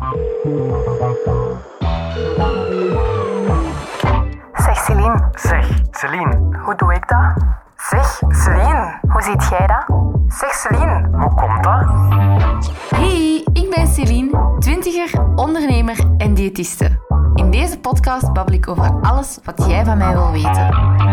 Zeg Celine. Zeg, Celine. Hoe doe ik dat? Zeg Celine. Hoe ziet jij dat? Zeg Celine. Hoe komt dat? Hey, ik ben Celine, twintiger, ondernemer en diëtiste. In deze podcast babbel ik over alles wat jij van mij wil weten.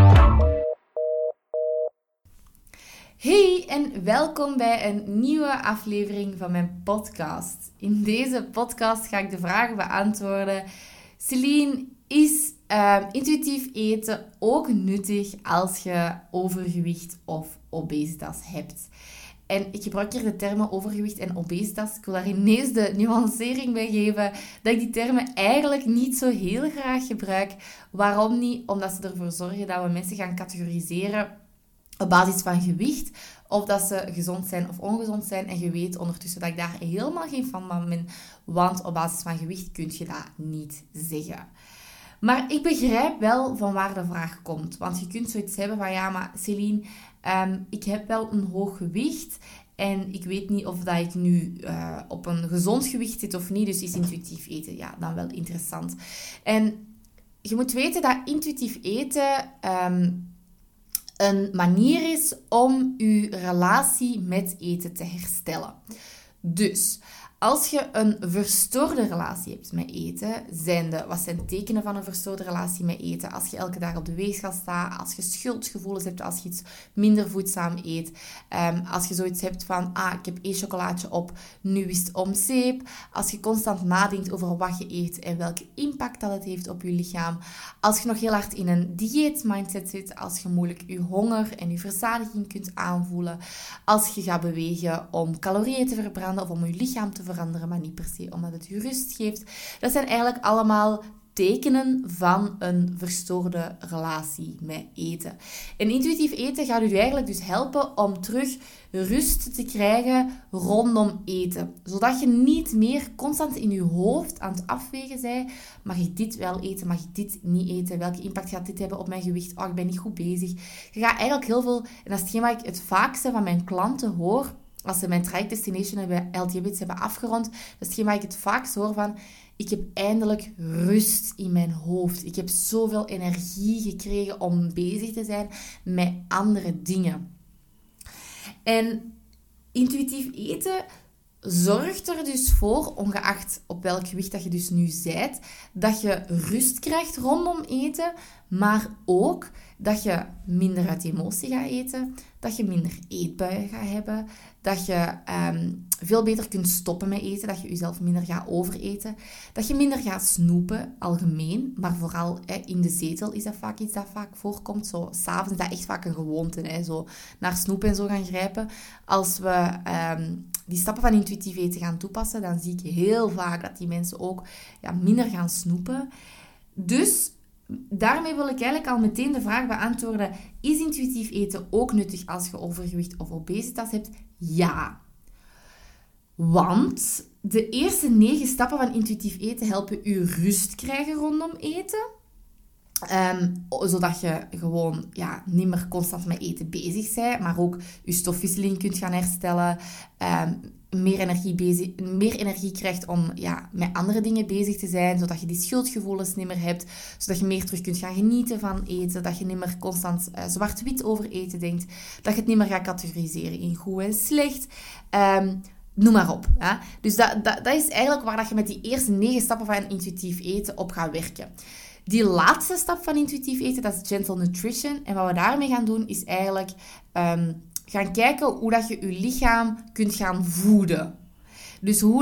Hey en welkom bij een nieuwe aflevering van mijn podcast. In deze podcast ga ik de vragen beantwoorden. Celine, is intuïtief eten ook nuttig als je overgewicht of obesitas hebt? En ik gebruik hier de termen overgewicht en obesitas. Ik wil daar ineens de nuancering bij geven dat ik die termen eigenlijk niet zo heel graag gebruik. Waarom niet? Omdat ze ervoor zorgen dat we mensen gaan categoriseren op basis van gewicht, of dat ze gezond zijn of ongezond zijn. En je weet ondertussen dat ik daar helemaal geen fan van ben, want op basis van gewicht kun je dat niet zeggen. Maar ik begrijp wel van waar de vraag komt. Want je kunt zoiets hebben van, ja, maar Celine, ik heb wel een hoog gewicht en ik weet niet of dat ik nu op een gezond gewicht zit of niet. Dus is intuïtief eten, ja, dan wel interessant. En je moet weten dat intuïtief eten een manier is om je relatie met eten te herstellen. Dus als je een verstoorde relatie hebt met eten, wat zijn tekenen van een verstoorde relatie met eten? Als je elke dag op de weegschaal staat, als je schuldgevoelens hebt, als je iets minder voedzaam eet, als je zoiets hebt van, ik heb 1 chocolaatje op, nu is het om zeep. Als je constant nadenkt over wat je eet en welke impact dat het heeft op je lichaam. Als je nog heel hard in een dieetmindset zit, als je moeilijk je honger en je verzadiging kunt aanvoelen. Als je gaat bewegen om calorieën te verbranden of om je lichaam te veranderen, maar niet per se omdat het je rust geeft. Dat zijn eigenlijk allemaal tekenen van een verstoorde relatie met eten. En intuïtief eten gaat u eigenlijk dus helpen om terug rust te krijgen rondom eten. Zodat je niet meer constant in je hoofd aan het afwegen bent. Mag ik dit wel eten? Mag ik dit niet eten? Welke impact gaat dit hebben op mijn gewicht? Ik ben niet goed bezig. Je gaat eigenlijk heel veel, en dat is hetgeen wat ik het vaakste van mijn klanten hoor, als ze mijn Traject Destination hebben, LTB's hebben afgerond, dat is hetgeen waar ik het vaakst hoor van, ik heb eindelijk rust in mijn hoofd. Ik heb zoveel energie gekregen om bezig te zijn met andere dingen. En intuïtief eten zorgt er dus voor, ongeacht op welk gewicht dat je dus nu bent, dat je rust krijgt rondom eten, maar ook dat je minder uit emotie gaat eten, dat je minder eetbuien gaat hebben, dat je veel beter kunt stoppen met eten, dat je jezelf minder gaat overeten, dat je minder gaat snoepen, algemeen, maar vooral in de zetel is dat vaak iets dat vaak voorkomt. Zo, 's avonds is dat echt vaak een gewoonte, zo naar snoep en zo gaan grijpen. Als we die stappen van intuïtief eten gaan toepassen, dan zie ik heel vaak dat die mensen ook minder gaan snoepen. Dus daarmee wil ik eigenlijk al meteen de vraag beantwoorden, is intuïtief eten ook nuttig als je overgewicht of obesitas hebt? Ja. Want de eerste 9 stappen van intuïtief eten helpen je rust krijgen rondom eten. Zodat je gewoon niet meer constant met eten bezig bent, maar ook je stofwisseling kunt gaan herstellen. Meer energie krijgt om met andere dingen bezig te zijn, zodat je die schuldgevoelens niet meer hebt, zodat je meer terug kunt gaan genieten van eten, dat je niet meer constant zwart-wit over eten denkt, dat je het niet meer gaat categoriseren in goed en slecht. Noem maar op. Hè? Dus dat is eigenlijk waar dat je met die eerste 9 stappen van intuïtief eten op gaat werken. Die laatste stap van intuïtief eten, dat is gentle nutrition. En wat we daarmee gaan doen, is eigenlijk gaan kijken hoe dat je je lichaam kunt gaan voeden. Dus hoe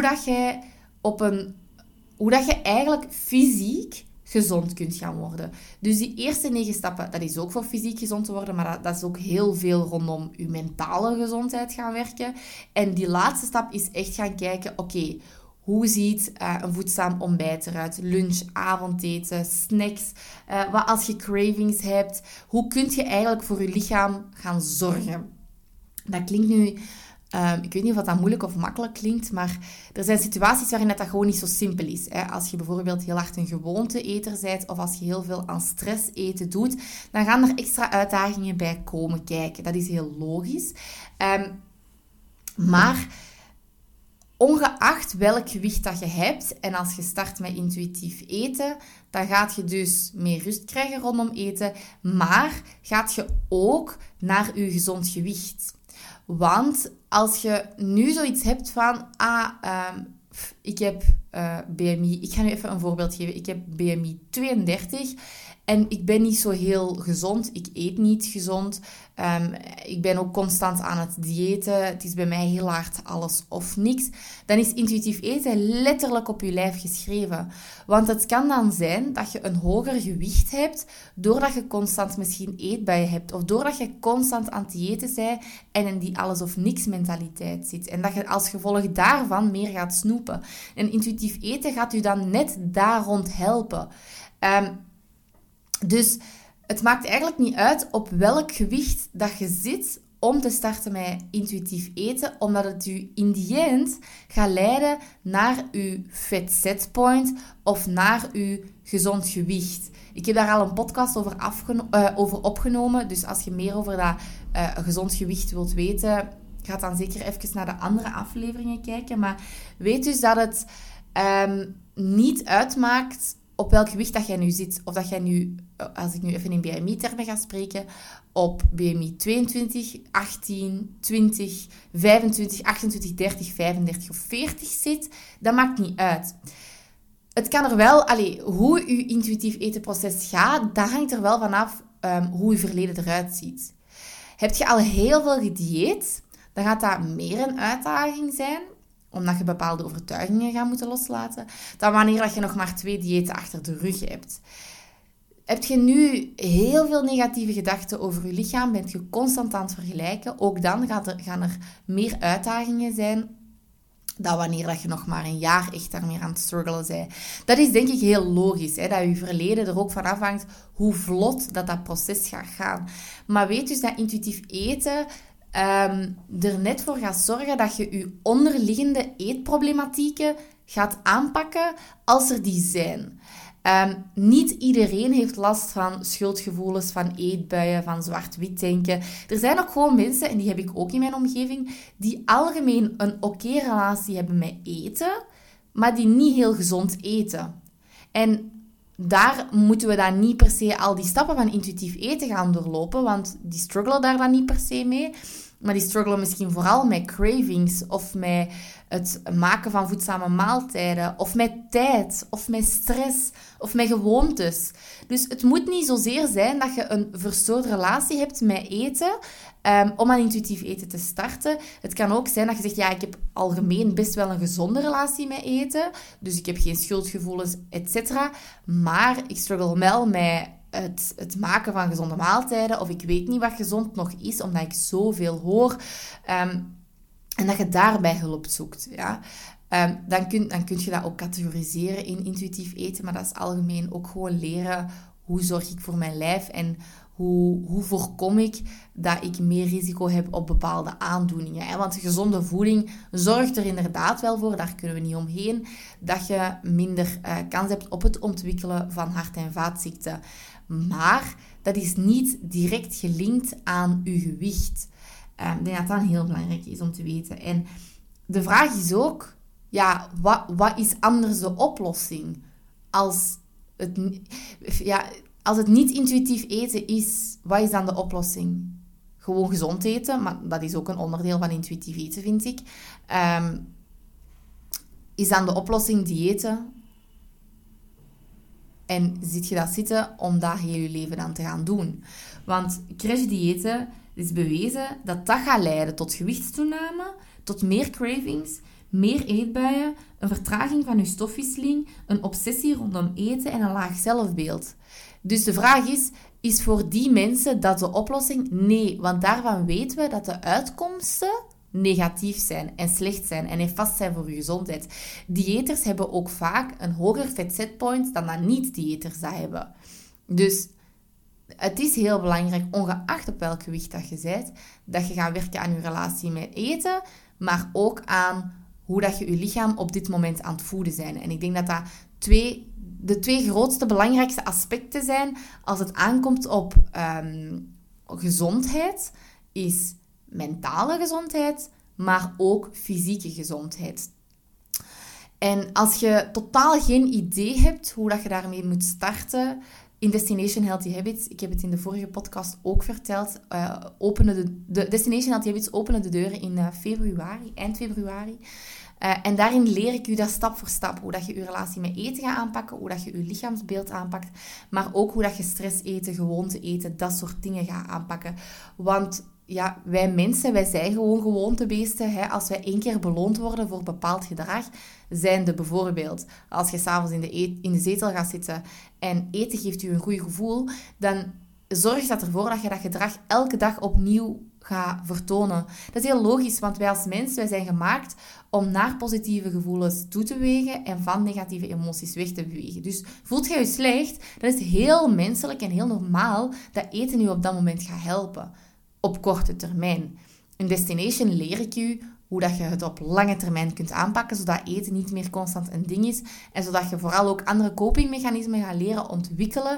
dat je eigenlijk fysiek gezond kunt gaan worden. Dus die eerste 9 stappen, dat is ook voor fysiek gezond te worden, maar dat is ook heel veel rondom je mentale gezondheid gaan werken. En die laatste stap is echt gaan kijken, oké, hoe ziet een voedzaam ontbijt eruit? Lunch, avondeten, snacks. Wat als je cravings hebt? Hoe kun je eigenlijk voor je lichaam gaan zorgen? Dat klinkt nu... ik weet niet of dat moeilijk of makkelijk klinkt, maar er zijn situaties waarin dat gewoon niet zo simpel is. Hè? Als je bijvoorbeeld heel hard een gewoonte-eter bent, of als je heel veel aan stress eten doet, dan gaan er extra uitdagingen bij komen kijken. Dat is heel logisch. Maar ongeacht welk gewicht dat je hebt, en als je start met intuïtief eten, dan gaat je dus meer rust krijgen rondom eten, maar gaat je ook naar je gezond gewicht. Want als je nu zoiets hebt van, ik heb BMI, ik ga nu even een voorbeeld geven, ik heb BMI 32 en ik ben niet zo heel gezond, ik eet niet gezond, ik ben ook constant aan het diëten, het is bij mij heel hard alles of niks, dan is intuïtief eten letterlijk op je lijf geschreven. Want het kan dan zijn dat je een hoger gewicht hebt, doordat je constant misschien eetbuien hebt, of doordat je constant aan het diëten bent en in die alles of niks mentaliteit zit. En dat je als gevolg daarvan meer gaat snoepen. En intuïtief eten gaat u dan net daar rond helpen. Dus het maakt eigenlijk niet uit op welk gewicht dat je zit om te starten met intuïtief eten, omdat het u in die end gaat leiden naar uw fat set point of naar uw gezond gewicht. Ik heb daar al een podcast over opgenomen, dus als je meer over dat gezond gewicht wilt weten, ga dan zeker even naar de andere afleveringen kijken. Maar weet dus dat het niet uitmaakt op welk gewicht dat jij nu zit. Of dat jij nu, als ik nu even in BMI-termen ga spreken, op BMI 22, 18, 20, 25, 28, 30, 35 of 40 zit. Dat maakt niet uit. Het kan er wel, hoe je intuïtief etenproces gaat, dat hangt er wel vanaf hoe je verleden eruit ziet. Heb je al heel veel gedieet, dan gaat dat meer een uitdaging zijn, omdat je bepaalde overtuigingen gaat moeten loslaten, dan wanneer dat je nog maar 2 diëten achter de rug hebt. Heb je nu heel veel negatieve gedachten over je lichaam, bent je constant aan het vergelijken, ook dan gaan er meer uitdagingen zijn dan wanneer dat je nog maar een jaar echt daarmee aan het struggelen bent. Dat is denk ik heel logisch, hè, dat je verleden er ook van afhangt hoe vlot dat proces gaat gaan. Maar weet dus dat intuïtief eten er net voor gaat zorgen dat je je onderliggende eetproblematieken gaat aanpakken als er die zijn. Niet iedereen heeft last van schuldgevoelens, van eetbuien, van zwart-wit denken. Er zijn ook gewoon mensen, en die heb ik ook in mijn omgeving, die algemeen een oké relatie hebben met eten, maar die niet heel gezond eten. En daar moeten we dan niet per se al die stappen van intuïtief eten gaan doorlopen, want die struggelen daar dan niet per se mee. Maar die struggelen misschien vooral met cravings of met het maken van voedzame maaltijden of met tijd of met stress of met gewoontes. Dus het moet niet zozeer zijn dat je een verstoorde relatie hebt met eten om aan intuïtief eten te starten. Het kan ook zijn dat je zegt, ja, ik heb algemeen best wel een gezonde relatie met eten, dus ik heb geen schuldgevoelens, etc. Maar ik struggle wel met het maken van gezonde maaltijden, of ik weet niet wat gezond nog is, omdat ik zoveel hoor, en dat je daarbij hulp zoekt. Ja? Dan kun je dat ook categoriseren in intuïtief eten, maar dat is algemeen ook gewoon leren hoe zorg ik voor mijn lijf en hoe voorkom ik dat ik meer risico heb op bepaalde aandoeningen. Hè? Want gezonde voeding zorgt er inderdaad wel voor, daar kunnen we niet omheen, dat je minder kans hebt op het ontwikkelen van hart- en vaatziekten. Maar dat is niet direct gelinkt aan je gewicht. Ik denk dat dat heel belangrijk is om te weten. En de vraag is ook, ja, wat is anders de oplossing? Als het niet intuïtief eten is, wat is dan de oplossing? Gewoon gezond eten, maar dat is ook een onderdeel van intuïtief eten, vind ik. Is dan de oplossing diëten? En zit je dat zitten om dat heel je leven dan te gaan doen? Want crashdiëten is bewezen dat dat gaat leiden tot gewichtstoename, tot meer cravings, meer eetbuien, een vertraging van je stofwisseling, een obsessie rondom eten en een laag zelfbeeld. Dus de vraag is voor die mensen dat de oplossing? Nee, want daarvan weten we dat de uitkomsten negatief zijn en slecht zijn en nefast zijn voor je gezondheid. Diëters hebben ook vaak een hoger fat set point dan dat niet-diëters dat hebben. Dus het is heel belangrijk, ongeacht op welk gewicht dat je bent, dat je gaat werken aan je relatie met eten, maar ook aan hoe dat je je lichaam op dit moment aan het voeden zijn. En ik denk dat dat de 2 grootste belangrijkste aspecten zijn als het aankomt op gezondheid, is mentale gezondheid, maar ook fysieke gezondheid. En als je totaal geen idee hebt hoe dat je daarmee moet starten in Destination Healthy Habits, ik heb het in de vorige podcast ook verteld, de Destination Healthy Habits openen de deuren in eind februari. En daarin leer ik u dat stap voor stap, hoe dat je je relatie met eten gaat aanpakken, hoe dat je je lichaamsbeeld aanpakt, maar ook hoe dat je stress eten, gewoonte eten, dat soort dingen gaat aanpakken. Want ja, wij mensen, wij zijn gewoon gewoontebeesten. Hè? Als wij 1 keer beloond worden voor bepaald gedrag, zijnde bijvoorbeeld, als je s'avonds in de zetel gaat zitten en eten geeft u een goed gevoel, dan zorgt dat ervoor dat je dat gedrag elke dag opnieuw gaat vertonen. Dat is heel logisch, want wij als mens, wij zijn gemaakt om naar positieve gevoelens toe te bewegen en van negatieve emoties weg te bewegen. Dus voelt je je slecht, dan is het heel menselijk en heel normaal dat eten u op dat moment gaat helpen. Op korte termijn. In Destination leer ik u hoe dat je het op lange termijn kunt aanpakken, zodat eten niet meer constant een ding is en zodat je vooral ook andere copingmechanismen gaat leren ontwikkelen,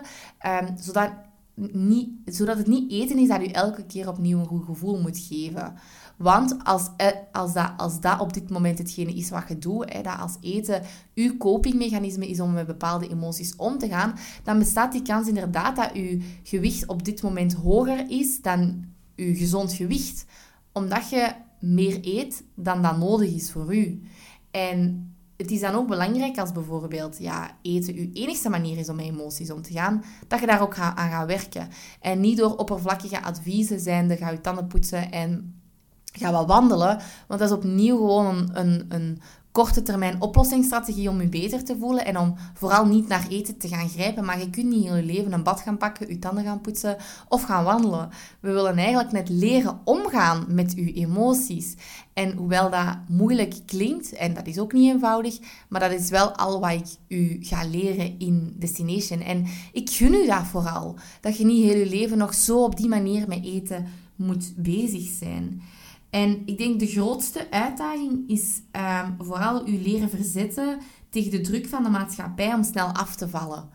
zodat het niet eten is dat u elke keer opnieuw een goed gevoel moet geven. Want als dat op dit moment hetgene is wat je doet, dat als eten uw copingmechanisme is om met bepaalde emoties om te gaan, dan bestaat die kans inderdaad dat uw gewicht op dit moment hoger is dan uw gezond gewicht. Omdat je meer eet dan dat nodig is voor u. En het is dan ook belangrijk als bijvoorbeeld eten uw enigste manier is om met emoties om te gaan, dat je daar ook aan gaat werken. En niet door oppervlakkige adviezen zijnde, ga je tanden poetsen en ga wat wandelen. Want dat is opnieuw gewoon een korte termijn oplossingsstrategie om je beter te voelen en om vooral niet naar eten te gaan grijpen. Maar je kunt niet heel je leven een bad gaan pakken, je tanden gaan poetsen of gaan wandelen. We willen eigenlijk net leren omgaan met je emoties. En hoewel dat moeilijk klinkt, en dat is ook niet eenvoudig, maar dat is wel al wat ik u ga leren in Destination. En ik gun u dat vooral. Dat je niet heel je leven nog zo op die manier met eten moet bezig zijn. En ik denk de grootste uitdaging is vooral u leren verzetten tegen de druk van de maatschappij om snel af te vallen.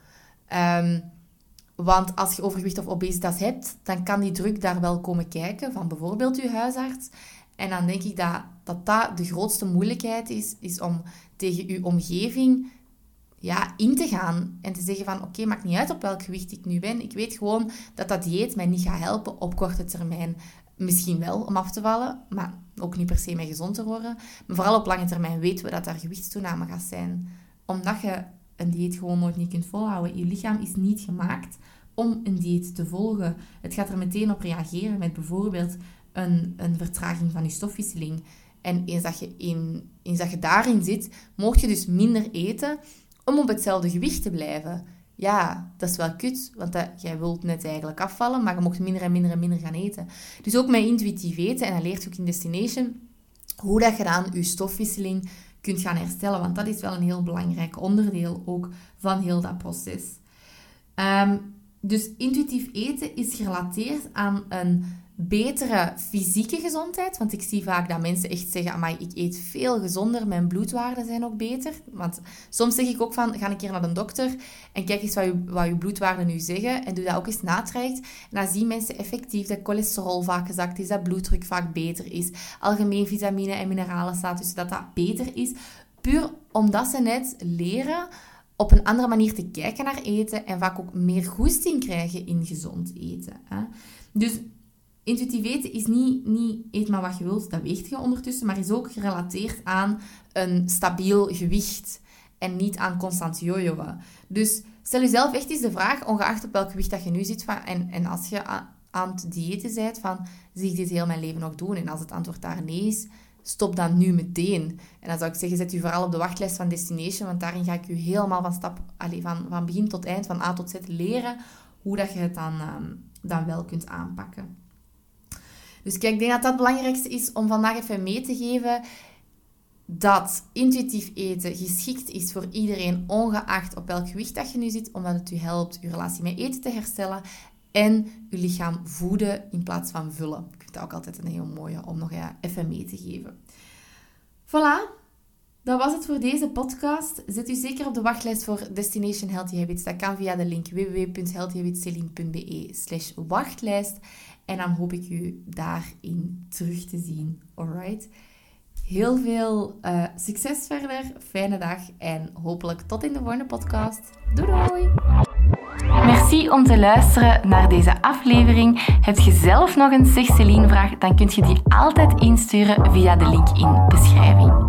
Want als je overgewicht of obesitas hebt, dan kan die druk daar wel komen kijken van bijvoorbeeld uw huisarts. En dan denk ik dat de grootste moeilijkheid is om tegen uw omgeving in te gaan en te zeggen van oké, maakt niet uit op welk gewicht ik nu ben. Ik weet gewoon dat dieet mij niet gaat helpen op korte termijn. Misschien wel om af te vallen, maar ook niet per se mee gezond te worden. Maar vooral op lange termijn weten we dat er gewichtstoename gaat zijn. Omdat je een dieet gewoon nooit niet kunt volhouden. Je lichaam is niet gemaakt om een dieet te volgen. Het gaat er meteen op reageren met bijvoorbeeld een vertraging van je stofwisseling. En eens dat je daarin zit, mocht je dus minder eten om op hetzelfde gewicht te blijven. Ja, dat is wel kut, want jij wilt net eigenlijk afvallen, maar je mocht minder en minder en minder gaan eten. Dus ook met intuïtief eten, en dat leert je ook in Destination, hoe dat je dan je stofwisseling kunt gaan herstellen, want dat is wel een heel belangrijk onderdeel ook van heel dat proces. Dus intuïtief eten is gerelateerd aan een betere fysieke gezondheid. Want ik zie vaak dat mensen echt zeggen, amai, ik eet veel gezonder, mijn bloedwaarden zijn ook beter. Want soms zeg ik ook van, ga een keer naar de dokter en kijk eens wat je bloedwaarden nu zeggen. En doe dat ook eens natraject. En dan zien mensen effectief dat cholesterol vaak gezakt is, dat bloeddruk vaak beter is. Algemeen vitamine- en mineralenstatus, dat beter is. Puur omdat ze net leren op een andere manier te kijken naar eten en vaak ook meer goesting krijgen in gezond eten. Hè? Dus intuïtief eten is niet eet maar wat je wilt, dat weegt je ondertussen, maar is ook gerelateerd aan een stabiel gewicht en niet aan constant jojoen. Dus stel jezelf echt eens de vraag, ongeacht op welk gewicht dat je nu zit, en als je aan het diëten bent, van, zie ik dit heel mijn leven nog doen? En als het antwoord daar nee is, stop dan nu meteen. En dan zou ik zeggen, zet u vooral op de wachtlijst van Destination, want daarin ga ik u helemaal van begin tot eind, van A tot Z leren, hoe dat je het dan wel kunt aanpakken. Dus kijk, ik denk dat dat het belangrijkste is om vandaag even mee te geven dat intuïtief eten geschikt is voor iedereen, ongeacht op welk gewicht dat je nu zit, omdat het u helpt je relatie met eten te herstellen en je lichaam voeden in plaats van vullen. Ik vind dat ook altijd een heel mooie om nog even mee te geven. Voilà, dat was het voor deze podcast. Zet u zeker op de wachtlijst voor Destination Healthy Habits. Dat kan via de link www.healthyhabitsceline.be/wachtlijst. En dan hoop ik u daarin terug te zien. Alright? Heel veel succes verder, fijne dag en hopelijk tot in de volgende podcast. Doei doei! Merci om te luisteren naar deze aflevering. Heb je zelf nog een Zeg Celine vraag, dan kun je die altijd insturen via de link in de beschrijving.